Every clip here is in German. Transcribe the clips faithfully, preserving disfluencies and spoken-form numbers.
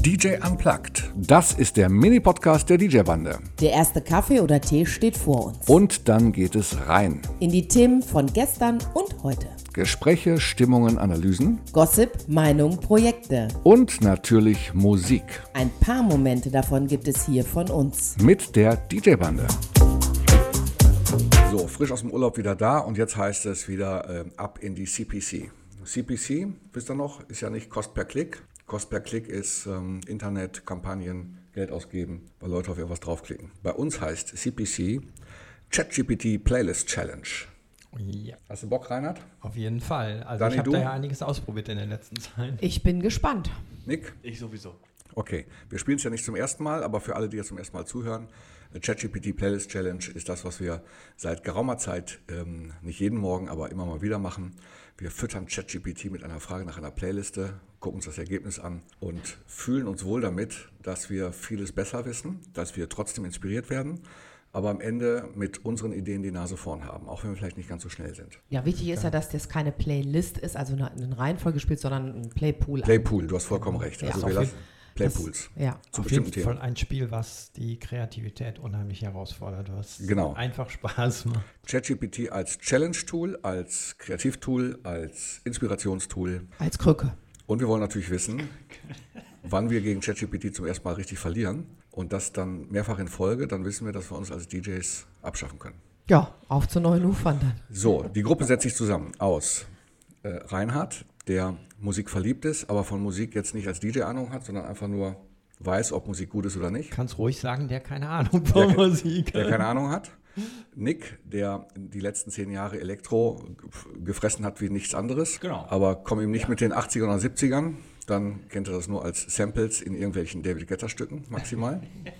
D J Unplugged. Das ist der Mini-Podcast der D J-Bande. Der erste Kaffee oder Tee steht vor uns. Und dann geht es rein. In die Themen von gestern und heute. Gespräche, Stimmungen, Analysen. Gossip, Meinung, Projekte. Und natürlich Musik. Ein paar Momente davon gibt es hier von uns. Mit der D J-Bande. So, frisch aus dem Urlaub wieder da und jetzt heißt es wieder äh, ab in die C P C. C P C, wisst ihr noch, ist ja nicht Kost per Klick. Kost per Klick ist ähm, Internet, Kampagnen, Geld ausgeben, weil Leute auf irgendwas draufklicken. Bei uns heißt C P C ChatGPT Playlist Challenge. Ja. Hast du Bock, Reinhard? Auf jeden Fall. Also Dani, ich habe du? da ja einiges ausprobiert in der letzten Zeit. Ich bin gespannt. Nick? Ich sowieso. Okay, wir spielen es ja nicht zum ersten Mal, aber für alle, die jetzt zum ersten Mal zuhören, ChatGPT Playlist Challenge ist das, was wir seit geraumer Zeit, ähm, nicht jeden Morgen, aber immer mal wieder machen. Wir füttern ChatGPT mit einer Frage nach einer Playliste, gucken uns das Ergebnis an und fühlen uns wohl damit, dass wir vieles besser wissen, dass wir trotzdem inspiriert werden, aber am Ende mit unseren Ideen die Nase vorn haben, auch wenn wir vielleicht nicht ganz so schnell sind. Ja, wichtig ist ja, dass das keine Playlist ist, also eine, eine Reihenfolge spielt, sondern ein Playpool. Playpool, du hast vollkommen recht. Ja, Also auf wir jeden- lassen Playpools Ja. zu Auf jeden bestimmten Fall Themen. ein Spiel, was die Kreativität unheimlich herausfordert, was Genau. einfach Spaß macht. ChatGPT als Challenge-Tool, als Kreativtool, als Inspirationstool. Als Krücke. Und wir wollen natürlich wissen, wann wir gegen ChatGPT zum ersten Mal richtig verlieren und das dann mehrfach in Folge, dann wissen wir, dass wir uns als D Js abschaffen können. Ja, auf zu neuen Ufern dann. So, die Gruppe setzt sich zusammen aus äh, Reinhard, der Musik verliebt ist, aber von Musik jetzt nicht als D J Ahnung hat, sondern einfach nur weiß, ob Musik gut ist oder nicht. Kannst ruhig sagen, der keine Ahnung von Der- Musik Der hat. keine Ahnung hat. Nick, der die letzten zehn Jahre Elektro gefressen hat wie nichts anderes. Genau. Aber komm ihm nicht mit den achtzigern oder siebzigern, dann kennt er das nur als Samples in irgendwelchen David Guetta Stücken maximal.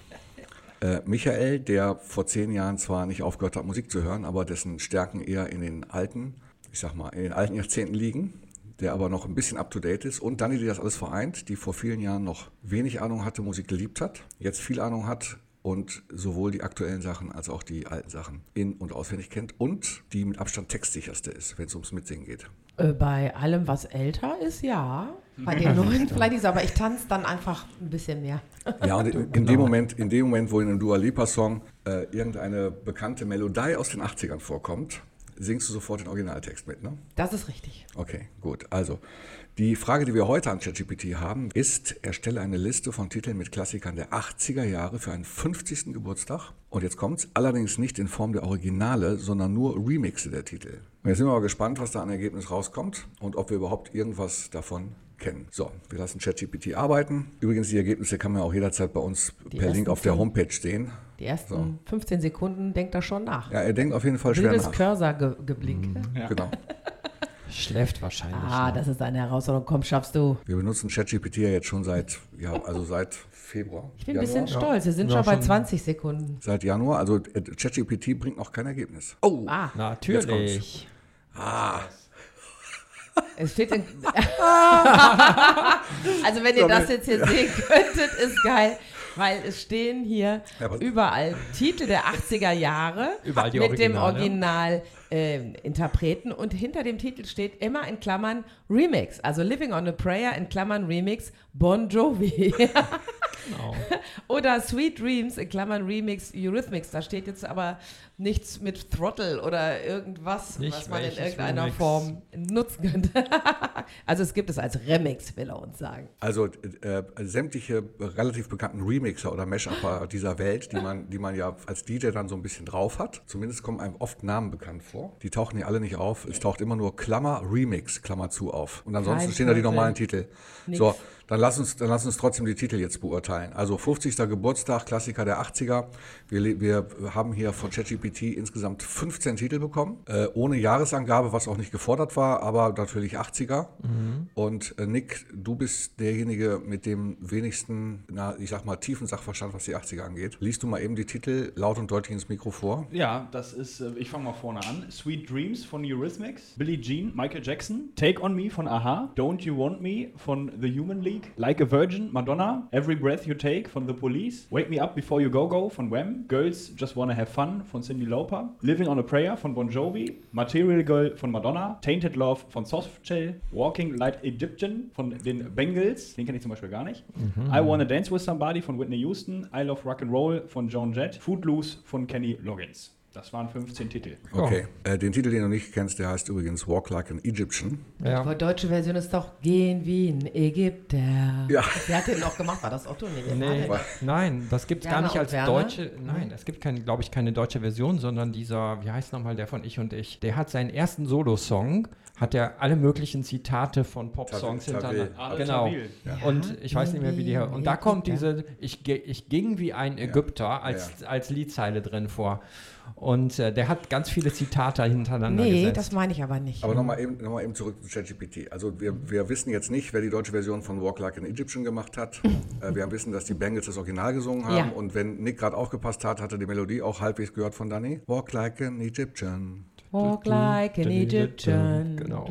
äh, Michael, der vor zehn Jahren zwar nicht aufgehört hat, Musik zu hören, aber dessen Stärken eher in den alten, ich sag mal, in den alten Jahrzehnten liegen, der aber noch ein bisschen up-to-date ist. Und Dani, die das alles vereint, die vor vielen Jahren noch wenig Ahnung hatte, Musik geliebt hat, jetzt viel Ahnung hat und sowohl die aktuellen Sachen als auch die alten Sachen in- und auswendig kennt und die mit Abstand textsicherste ist, wenn es ums Mitsingen geht. Äh, bei allem, was älter ist, ja. Bei den neuen vielleicht nicht, so, aber ich tanze dann einfach ein bisschen mehr. Ja, und in, in, dem Moment, in dem Moment, wo in einem Dua Lipa-Song äh, irgendeine bekannte Melodie aus den achtzigern vorkommt, singst du sofort den Originaltext mit, ne? Das ist richtig. Okay, gut. Also, die Frage, die wir heute an ChatGPT haben, ist, erstelle eine Liste von Titeln mit Klassikern der achtziger Jahre für einen fünfzigsten Geburtstag. Und jetzt kommt's, allerdings nicht in Form der Originale, sondern nur Remixe der Titel. Und jetzt sind wir mal gespannt, was da an Ergebnis rauskommt und ob wir überhaupt irgendwas davon kennen. So, wir lassen ChatGPT arbeiten. Übrigens, die Ergebnisse kann man auch jederzeit bei uns Die per Link ersten auf der zehn. Homepage sehen. Die ersten So. fünfzehn Sekunden denkt er schon nach. Ja, er denkt auf jeden Fall schwer Wildes nach. Cursor-Geblick. Ja. Genau. Schläft wahrscheinlich. Ah, noch. das ist eine Herausforderung. Komm, schaffst du. Wir benutzen ChatGPT ja jetzt schon seit, ja, also seit Februar. Ich bin ein Januar? bisschen stolz. Wir sind Ja, schon bei schon. zwanzig Sekunden. Seit Januar, also äh, ChatGPT bringt noch kein Ergebnis. Oh, Ah, Natürlich. es steht in. Also, wenn ihr das jetzt hier sehen könntet, ist geil. Weil es stehen hier Ja, aber- überall Titel der achtziger Jahre Überall die mit dem Originale. Original ähm, Interpreten und hinter dem Titel steht immer in Klammern Remix, also Living on a Prayer in Klammern Remix Bon Jovi Genau. oder Sweet Dreams in Klammern Remix Eurythmics, da steht jetzt aber nichts mit Throttle oder irgendwas, Nicht was man in welches irgendeiner Remix. Form nutzen könnte. Also es gibt es als Remix, will er uns sagen. also äh, sämtliche relativ bekannten Remixer oder Mashuper dieser Welt, die man, die man ja als D J dann so ein bisschen drauf hat. Zumindest kommen einem oft Namen bekannt vor. Die tauchen hier alle nicht auf. Es taucht immer nur Klammer Remix, Klammer zu auf. Und ansonsten Kein stehen da die Throttle. normalen Titel. Nix. So, dann lass uns, dann lass uns trotzdem die Titel jetzt beurteilen. Also fünfzigster Geburtstag, Klassiker der achtziger. Wir, le- wir haben hier von ChatGPT insgesamt fünfzehn Titel bekommen, äh, ohne Jahresangabe, was auch nicht gefordert war, aber natürlich achtziger. Und äh, Nick, du bist derjenige mit dem wenigsten, na, ich sag mal, tiefen Sachverstand, was die achtziger angeht. Liest du mal eben die Titel laut und deutlich ins Mikro vor? Ja, das ist, äh, ich fange mal vorne an. Sweet Dreams von Eurythmics, Billie Jean, Michael Jackson, Take On Me von Aha, Don't You Want Me von The Human League, League, Like a Virgin, Madonna, Every Breath You Take von The Police, Wake Me Up Before You Go Go von Wham, Girls Just Wanna Have Fun von Cyndi Lauper, Living on a Prayer von Bon Jovi, Material Girl von Madonna, Tainted Love von Softshell, Walking Like Egyptian von den Bengals, den kenne ich zum Beispiel gar nicht, mhm. I Wanna Dance With Somebody von Whitney Houston, I Love Rock'n'Roll von Joan Jett, Footloose von Kenny Loggins. Das waren fünfzehn Titel. Okay, oh. äh, den Titel, den du nicht kennst, der heißt übrigens Walk Like an Egyptian. Ja. Die deutsche Version ist doch Gehen wie ein Ägypter. Ja. Wer hat den noch gemacht? War das Otto? Nee, nee. Nein, das gibt es gar nicht als Werner? deutsche. Nein, es gibt, glaube ich, keine deutsche Version, sondern dieser, wie heißt nochmal der von Ich und Ich? Der hat seinen ersten Solo-Song, hat er alle möglichen Zitate von Pop-Songs hintereinander. Ah, genau. Ja. Und ich weiß nicht mehr, wie die. Und da kommt diese Ich, ich ging wie ein Ägypter ja. als, ja. als Liedzeile drin vor. Und äh, der hat ganz viele Zitate hintereinander nee, gesetzt. Nee, das meine ich aber nicht. Aber nochmal eben, noch mal eben zurück zu ChatGPT. Also wir, wir wissen jetzt nicht, wer die deutsche Version von Walk Like an Egyptian gemacht hat. äh, wir wissen, dass die Bengals das Original gesungen haben. Ja. Und wenn Nick gerade aufgepasst hat, hat er die Melodie auch halbwegs gehört von Dani. Walk Like an Egyptian. Walk like an Egyptian. Genau.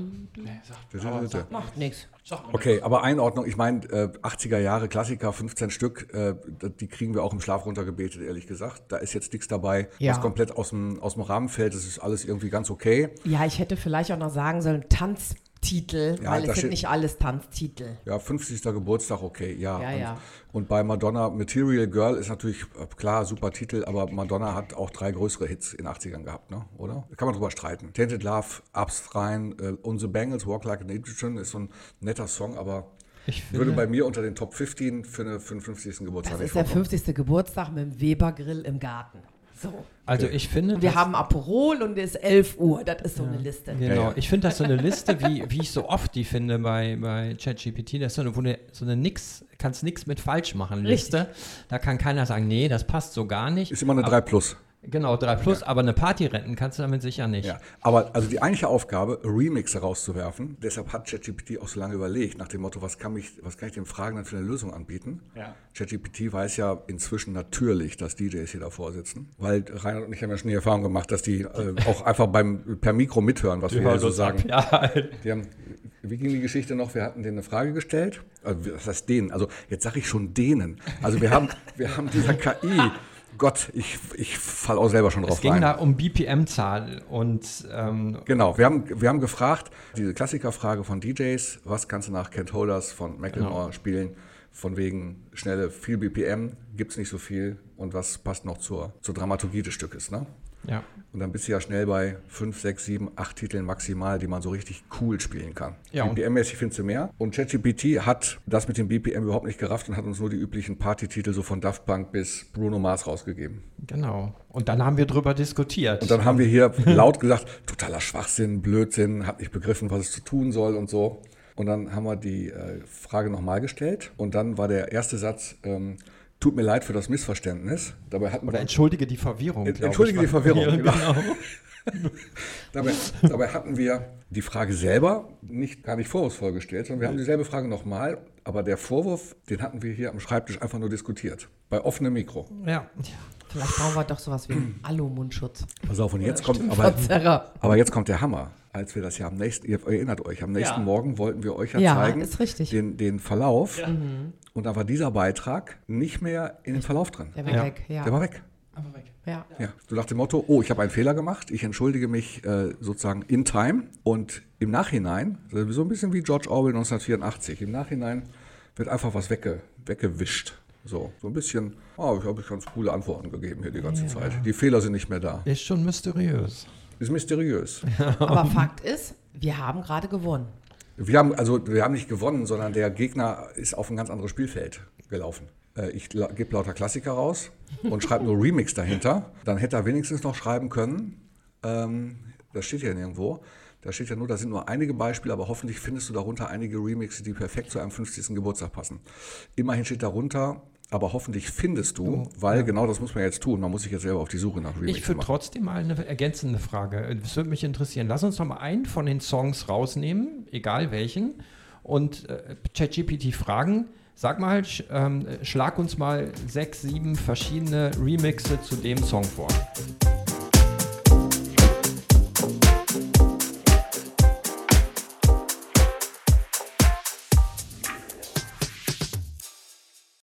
Macht nichts. Okay, aber Einordnung, ich meine, äh, achtziger Jahre Klassiker, fünfzehn Stück, äh, die kriegen wir auch im Schlaf runtergebetet, ehrlich gesagt. Da ist jetzt nichts dabei, ja. was komplett aus dem, aus dem Rahmen fällt. Das ist alles irgendwie ganz okay. Ja, ich hätte vielleicht auch noch sagen sollen, Tanztitel, ja, weil es sind nicht alles Tanztitel. Ja, fünfzigster Geburtstag, okay, ja. ja, und, ja. und bei Madonna, Material Girl ist natürlich, klar, super Titel, aber Madonna hat auch drei größere Hits in den achtzigern gehabt, ne? Oder? Da kann man drüber streiten. Tainted Love, Ups rein, äh, und The Bangles, Walk Like an Egyptian ist so ein netter Song, aber ich finde, würde bei mir unter den Top fünfzehn für, eine, für den fünfzigsten Geburtstag Das ist der fünfzigste Geburtstag mit dem Weber-Grill im Garten. So. Also okay. ich finde, und wir haben Aperol und es ist elf Uhr. Das ist so ja, eine Liste. Genau, ja, ja. Ich finde das so eine Liste, wie, wie ich so oft die finde bei, bei ChatGPT. Das ist so eine, wo eine, so eine nix, kannst nichts mit falsch machen Liste. Richtig. Da kann keiner sagen, nee, das passt so gar nicht. Ist immer eine aber, drei plus. Genau, drei plus, ja. Aber eine Party retten kannst du damit sicher nicht. Ja, aber also die eigentliche Aufgabe, Remixe rauszuwerfen, deshalb hat ChatGPT auch so lange überlegt, nach dem Motto, was kann, mich, was kann ich den Fragen dann für eine Lösung anbieten? Ja. ChatGPT weiß ja inzwischen natürlich, dass D Js hier davor sitzen, weil Reinhard und ich haben ja schon die Erfahrung gemacht, dass die äh, auch einfach beim per Mikro mithören, was die wir hier so sagen. Ja. Die haben, wie ging die Geschichte noch? Wir hatten denen eine Frage gestellt, also, was heißt denen? Also jetzt sage ich schon denen. Also wir haben, wir haben dieser K I... Gott, ich, ich falle auch selber schon drauf rein. Es ging rein. Da um B P M-Zahl und ähm genau, wir haben, wir haben gefragt, diese Klassikerfrage von D Js, was kannst du nach Kent Holders von Macklemore genau. spielen, von wegen schnelle, viel B P M, gibt es nicht so viel und was passt noch zur, zur Dramaturgie des Stückes, ne? Ja. Und dann bist du ja schnell bei fünf, sechs, sieben, acht Titeln maximal, die man so richtig cool spielen kann. Ja, B P M-mäßig findest du mehr. Und ChatGPT hat das mit dem B P M überhaupt nicht gerafft und hat uns nur die üblichen Party-Titel so von Daft Punk bis Bruno Mars rausgegeben. Genau. Und dann haben wir drüber diskutiert. Und dann haben wir hier laut gesagt, totaler Schwachsinn, Blödsinn, hat nicht begriffen, was es zu tun soll und so. Und dann haben wir die äh, Frage nochmal gestellt und dann war der erste Satz, ähm, tut mir leid für das Missverständnis. Dabei hatten Oder wir, entschuldige die Verwirrung. Ent, entschuldige ich, die Verwirrung, ja, genau. genau. dabei, dabei hatten wir die Frage selber nicht, gar nicht vorwurfsvoll gestellt, sondern wir haben dieselbe Frage nochmal, aber der Vorwurf, den hatten wir hier am Schreibtisch einfach nur diskutiert. Bei offenem Mikro. Ja. Vielleicht brauchen wir doch sowas wie einen Alu-Mundschutz. Pass auf, und jetzt kommt, aber, aber jetzt kommt der Hammer. Als wir das ja am nächsten, ihr erinnert euch, am nächsten ja. Morgen wollten wir euch ja, ja zeigen, ist richtig. Den, den Verlauf. Ja. Mhm. Und dann war dieser Beitrag nicht mehr in den Verlauf drin. Der war ja. weg, ja. Der war weg. Aber weg. Ja. Ja. So nach dem Motto, oh, ich habe einen Fehler gemacht, ich entschuldige mich äh, sozusagen in time. Und im Nachhinein, so ein bisschen wie George Orwell neunzehnhundertvierundachtzig, im Nachhinein wird einfach was wegge, weggewischt. So, so ein bisschen, oh, ich habe ganz coole Antworten gegeben hier die ganze ja. Zeit. Die Fehler sind nicht mehr da. Ist schon mysteriös. Ist mysteriös. Aber Fakt ist, wir haben gerade gewonnen. Wir haben, also, wir haben nicht gewonnen, sondern der Gegner ist auf ein ganz anderes Spielfeld gelaufen. Äh, ich la- gebe lauter Klassiker raus und schreibe nur Remix dahinter. Dann hätte er wenigstens noch schreiben können, ähm, das steht ja nirgendwo, da steht ja nur, da sind nur einige Beispiele, aber hoffentlich findest du darunter einige Remixe, die perfekt zu einem fünfzigsten Geburtstag passen. Immerhin steht darunter, aber hoffentlich findest du, oh, weil ja. genau das muss man jetzt tun. Man muss sich jetzt selber auf die Suche nach Remixen Ich würde trotzdem mal eine ergänzende Frage. Das würde mich interessieren. Lass uns noch mal einen von den Songs rausnehmen, egal welchen, und äh, ChatGPT fragen. Sag mal, sch, ähm, schlag uns mal sechs, sieben verschiedene Remixe zu dem Song vor.